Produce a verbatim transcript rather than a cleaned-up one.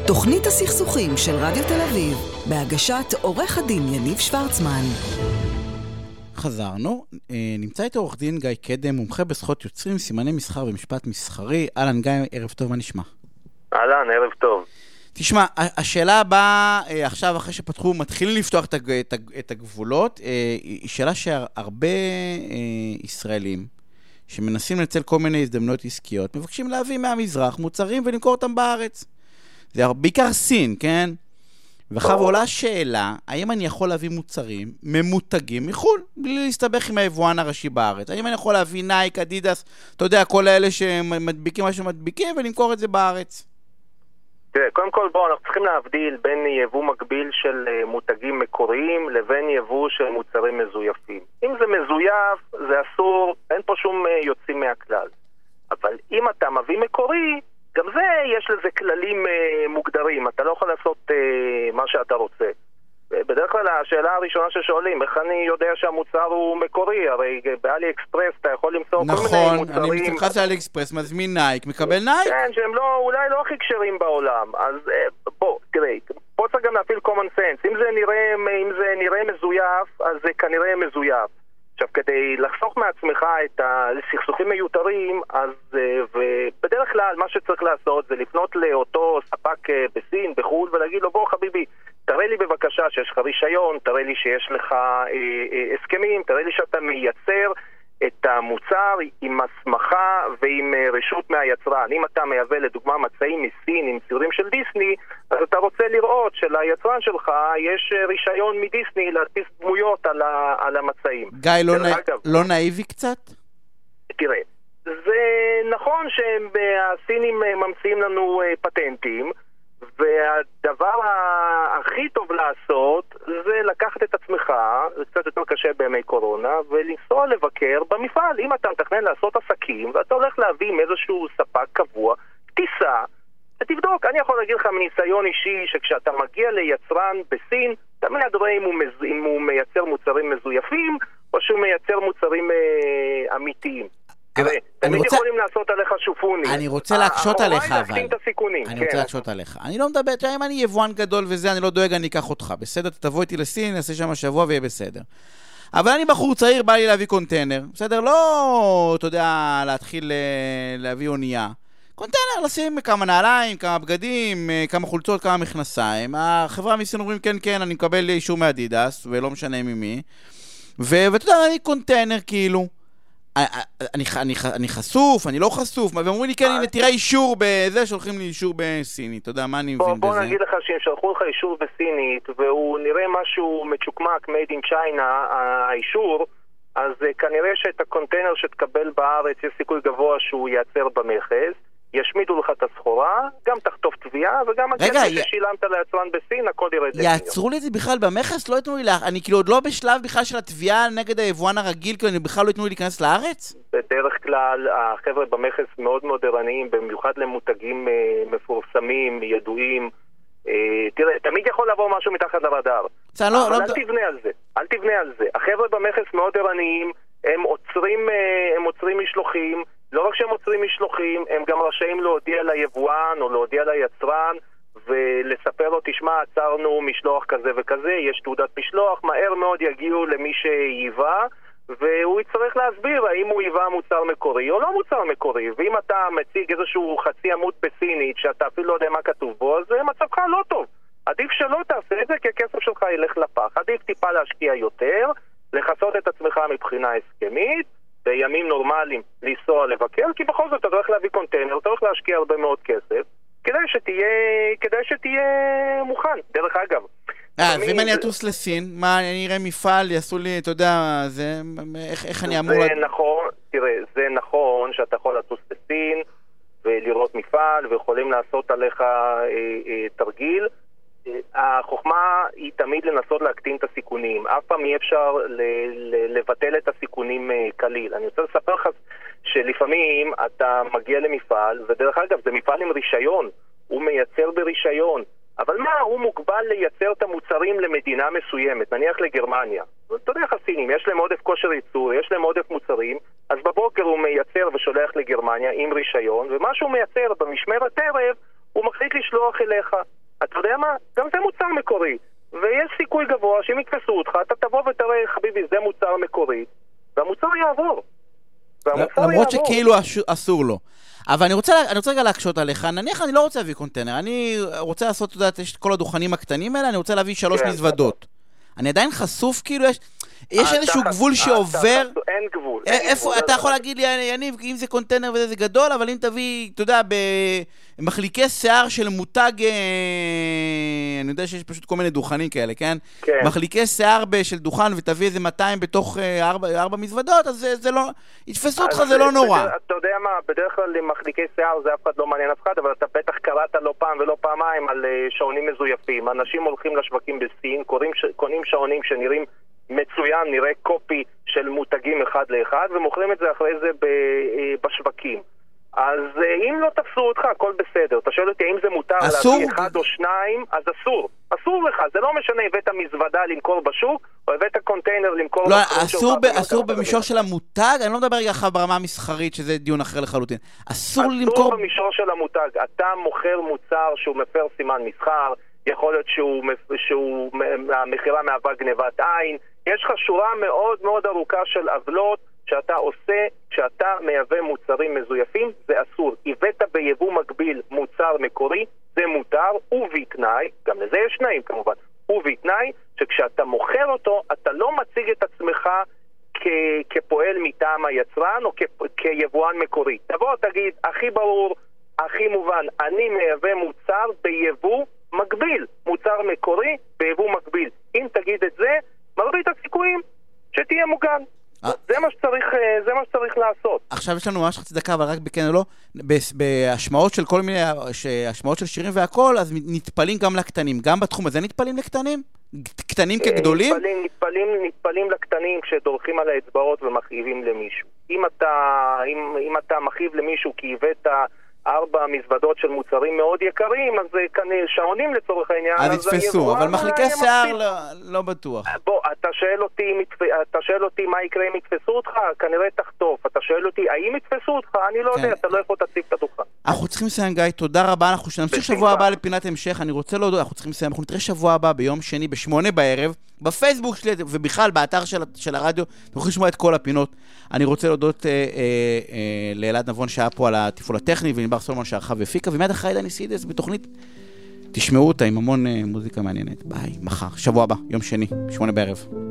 תוכנית הסכסוכים של רדיו תל אביב, בהגשת עורך הדין יניב שוורצמן. חזרנו, נמצא איתו עורך דין גיא קדם, מומחה בזכויות יוצרים, סימני מסחר ומשפט מסחרי. אהלן גיא, ערב טוב, מה נשמע? אהלן, ערב טוב. תשמע, השאלה הבאה, עכשיו אחרי שפתחו, מתחילים לפתוח את הגבולות, היא שאלה שהרבה ישראלים שמנסים לנצל כל מיני הזדמנויות עסקיות, מבקשים להביא מהמזרח מוצרים ולמכור אותם בארץ. זה בעיקר סין, כן? ואחר ועולה השאלה, האם אני יכול להביא מוצרים ממותגים מחול, בלי להסתבך עם היבואן הראשי בארץ? האם אני יכול להביא נייק, אדידס, אתה יודע, כל האלה שמדביקים מה שמדביקים, ולמכור את זה בארץ? תראה, קודם כל בואו, אנחנו צריכים להבדיל בין יבוא מקביל של מותגים מקוריים לבין יבוא של מוצרים מזויפים. אם זה מזויף, זה אסור, אין פה שום יוצאים מהכלל. אבל אם אתה מביא מקורי, גם זה יש לזה כללים uh, מוגדרים, אתה לא יכול לעשות uh, מה שאתה רוצה. בדרך כלל השאלה הראשונה ששואלים, איך אני יודע שהמוצר הוא מקורי? הרי באלי אקספרס אתה יכול למצוא נכון, כל מיני מוצרים. נכון, אני מתמחס לאלי אקספרס, מזמין נייק, מקבל נייק. כן, שהם לא, אולי לא הכי קשרים בעולם. אז uh, בוא, תראה, פה צריך גם להפעיל common sense. אם זה נראה, אם זה נראה מזויף, אז זה כנראה מזויף. עכשיו, כדי לחסוך מעצמך את הסכסוכים מיותרים, אז ובדרך כלל מה שצריך לעשות זה לפנות לאותו ספק בסין, בחול, ולהגיד לו, בוא חביבי, תראה לי בבקשה שיש לך רישיון, תראה לי שיש לך אה, אה, הסכמים, תראה לי שאתה מייצר את המוצר עם הסמכה ועם אה, רשות מהיצרן. אם אתה מייבא לדוגמה מצעים מסין עם ציורים של דיסני, אז אתה רוצה לראות שליצרן שלך יש אה, רישיון מדיסני להדפיס דמויות על, ה, על המצעים. גיא, לא, נא... אגב, לא נאיבי קצת? תראה, זה נכון שהסינים ממציאים לנו אה, פטנטים, והדבר הכי טוב לעשות זה לקחת את עצמך, זה קצת יותר קשה בימי קורונה, ולנסוע לבקר במפעל. אם אתה מתכנן לעשות עסקים ואתה הולך להביא עם איזשהו ספק קבוע, תיסע ותבדוק. אני יכול להגיד לך מניסיון אישי שכשאתה מגיע ליצרן בסין, אתה מיד רואה אם הוא, מז... אם הוא מייצר מוצרים מזויפים או שהוא מייצר מוצרים אה, אמיתיים. תראה, תמיד יכולים לעשות עליך שופוני. אני רוצה להקשות עליך, אבל... אני רוצה להקשות עליך. אני לא מדבר, אם אני יבואן גדול וזה, אני לא דואג, אני אקח אותך. בסדר, תבוא איתי לסין, נעשה שם השבוע ויהיה בסדר. אבל אני בחור צעיר, בא לי להביא קונטיינר. בסדר, לא, אתה יודע, להתחיל להביא אונייה. קונטיינר, לשים כמה נעליים, כמה בגדים, כמה חולצות, כמה מכנסיים. החברה מסין אומרים, כן, כן, אני מקבל אישור מאדידס, ולא משנה ממי. ואתה יודע, אני קונטיינר כאילו. אני, אני, אני חשוף, אני לא חשוף, והם אומרים לי, כן, הנה, תראה אישור בזה, שולחים לי אישור בסינית, אתה יודע, מה אני מבין בזה? בוא נגיד לך שהם שלחו לך אישור בסינית, והוא נראה משהו מצ'וקמק, made in China, האישור, אז כנראה שאת הקונטיינר שתקבל בארץ, יש סיכוי גבוה שהוא ייצר במכס, ישמידו לך את הסחורה, גם תחטוף תביעה, וגם הכסף ששילמת ליצרן בסין, הכל ירד למיליון. יעצרו לי את זה בכלל במכס? לא יתנו לי, אני כאילו עוד לא בשלב בכלל של התביעה נגד היבואן הרגיל, כאילו אני בכלל לא יתנו לי להיכנס לארץ? בדרך כלל, החבר'ה במכס מאוד מאוד ערניים, במיוחד למותגים מפורסמים, ידועים. תראה, תמיד יכול לעבור משהו מתחת לרדאר. אבל אל תבנה על זה, אל תבנה על זה. החבר'ה במכס מאוד ערניים, הם עוצרים, הם עוצרים משלוחים, לא רק שהם עוצרים משלוחים, הם גם רשאים להודיע ליבואן או להודיע ליצרן ולספר לו, תשמע, עצרנו משלוח כזה וכזה, יש תעודת משלוח, מהר מאוד יגיעו למי שייבא, והוא יצטרך להסביר האם הוא ייבא מוצר מקורי או לא מוצר מקורי. ואם אתה מציג איזשהו חצי עמוד בסינית שאתה אפילו לא יודע מה כתוב בו, אז מצבך לא טוב. עדיף שלא תעשה את זה, כי הכסף שלך ילך לפח. עדיף טיפה להשקיע יותר, לחסות את עצמך מבחינה הסכמית, בימים נורמליים לנסוע לבקר, כי בכל זאת אתה הולך להביא קונטיינר, אתה הולך להשקיע הרבה מאוד כסף, כדי שתהיה, כדי שתהיה מוכן. דרך אגב, אה, ואם אני אטוס לסין, מה, אני אראה מפעל, יעשו לי, אתה יודע, זה, איך, איך אני אמור... זה נכון, תראה, זה נכון שאתה יכול לטוס לסין ולראות מפעל, ויכולים לעשות עליך אה, אה, תרגיל. החוכמה היא תמיד לנסות להקטין את הסיכונים. אף פעם אי אפשר ל- ל- לבטל את הסיכונים כליל. אני רוצה לספר לך שלפעמים אתה מגיע למפעל, ודרך אגב זה מפעל עם רישיון, הוא מייצר ברישיון, אבל מה, הוא מוגבל לייצר את המוצרים למדינה מסוימת, נניח לגרמניה. אתה יודע איך הסינים, יש להם עודף כושר ייצור, יש להם עודף מוצרים, אז בבוקר הוא מייצר ושולח לגרמניה עם רישיון, ומה שהוא מייצר במשמרת ערב הוא מחליט לשלוח אליך. אתה יודע מה? גם זה מוצר מקורי. ויש סיכוי גבוה שאם יתפסו אותך, אתה תבוא ותראה, חביבי, זה מוצר מקורי, והמוצר יעבור. למרות שכאילו אסור לו. אבל אני רוצה, אני רוצה רגע להקשות עליך, נניח אני לא רוצה להביא קונטיינר, אני רוצה לעשות, אתה יודעת, יש את כל הדוכנים הקטנים האלה, אני רוצה להביא שלוש מזוודות. אני עדיין חסוף, כאילו יש... יש איזשהו גבול שעובר... אין גבול. איפה, אתה יכול להגיד לי, יניב, אם זה קונטיינר וזה, זה גדול, אבל אם תביא, אתה יודע, במחליקי שיער של מותג, אני יודע שיש פשוט כל מיני דוכנים כאלה, כן? כן. מחליקי שיער של דוכן, ותביא איזה מאתיים בתוך ארבע מזוודות, אז זה לא... יתפסו אותך, זה לא נורא. אתה יודע מה, בדרך כלל למחליקי שיער זה אף אחד לא מעניין אף אחד, אבל אתה בטח קראת לא פעם ולא פעמיים על שעונים מזויפים. אנשים הולכים לשווקים בסין, קונים שעונים שנראים מצוין, נראה קופי של מותגים אחד לאחד, ומוכרים את זה אחרי זה בשווקים. אז אם לא תפסו אותך, הכל בסדר. אתה שואל אותי, האם זה מותר להביא אחד או שניים, אז אסור. אסור לך, זה לא משנה, הבאת מזוודה למכור בשוק, או הבאת קונטיינר למכור לא, אסור, ב, אסור במישור של המותג, אני לא מדבר רגע אחר ברמה המסחרית, שזה דיון אחר לחלוטין. אסור, אסור למכור... אסור במישור של המותג. אתה מוכר מוצר שהוא מפר סימן מסחר, יכול להיות שהוא, שהוא המחירה מהווה גנבת עין. יש לך שורה מאוד מאוד ארוכה של עוולות שאתה עושה כשאתה מייבא מוצרים מזויפים, זה אסור. הבאת ביבוא מקביל מוצר מקורי, זה מותר, ובתנאי, גם לזה יש תנאים כמובן, ובתנאי שכשאתה מוכר אותו, אתה לא מציג את עצמך כ- כפועל מטעם היצרן או כ- כיבואן מקורי. תבוא, תגיד, הכי ברור, הכי מובן, אני מייבא מוצר ביבוא מקביל, מוצר מקורי ביבוא מקביל. אם תגיד את זה, מרבית הסיכויים שתהיה מוגן. זה מה שצריך, זה מה שצריך לעשות. עכשיו יש לנו ממש חצי דקה, אבל רק בכן או לא, בהשמעות של כל מיני, השמעות של שירים והכל, אז נטפלים גם לקטנים. גם בתחום הזה נטפלים לקטנים? קטנים כגדולים? נטפלים, נטפלים, נטפלים לקטנים כשדורכים על האצבעות ומכאיבים למישהו. אם אתה, אם, אם אתה מכאיב למישהו כי הבאת ארבע מזוודות של מוצרים מאוד יקרים, אז כנראה שעונים לצורך העניין. אז יתפסו, אבל מחליקי שיער לא, לא בטוח. בוא, אתה שואל אותי, אתה שואל אותי מה יקרה אם יתפסו אותך? כנראה תחטוף. אתה שואל אותי, האם יתפסו אותך? אני לא יודע, אתה לא יכול להציג את הדוחה. אנחנו צריכים לסיים, גיא, תודה רבה. אנחנו נמשיך שבוע הבא לפינת המשך. אני רוצה להודות, אנחנו צריכים לסיים. אנחנו נתראה שבוע הבא ביום שני בשמונה בערב, בפייסבוק שלי, ובכלל באתר של, של הרדיו. אתם יכולים לשמוע את כל הפינות. אני רוצה להודות אה, אה, אה, לאלעד נבון שהיה פה על הטיפול הטכני, ולנבר סולומון שערכה ופיקה, ומיד אחרי דני סידס בתוכנית, תשמעו אותה עם המון אה, מוזיקה מעניינת. ביי, מחר, שבוע הבא, יום שני, שמונה בערב.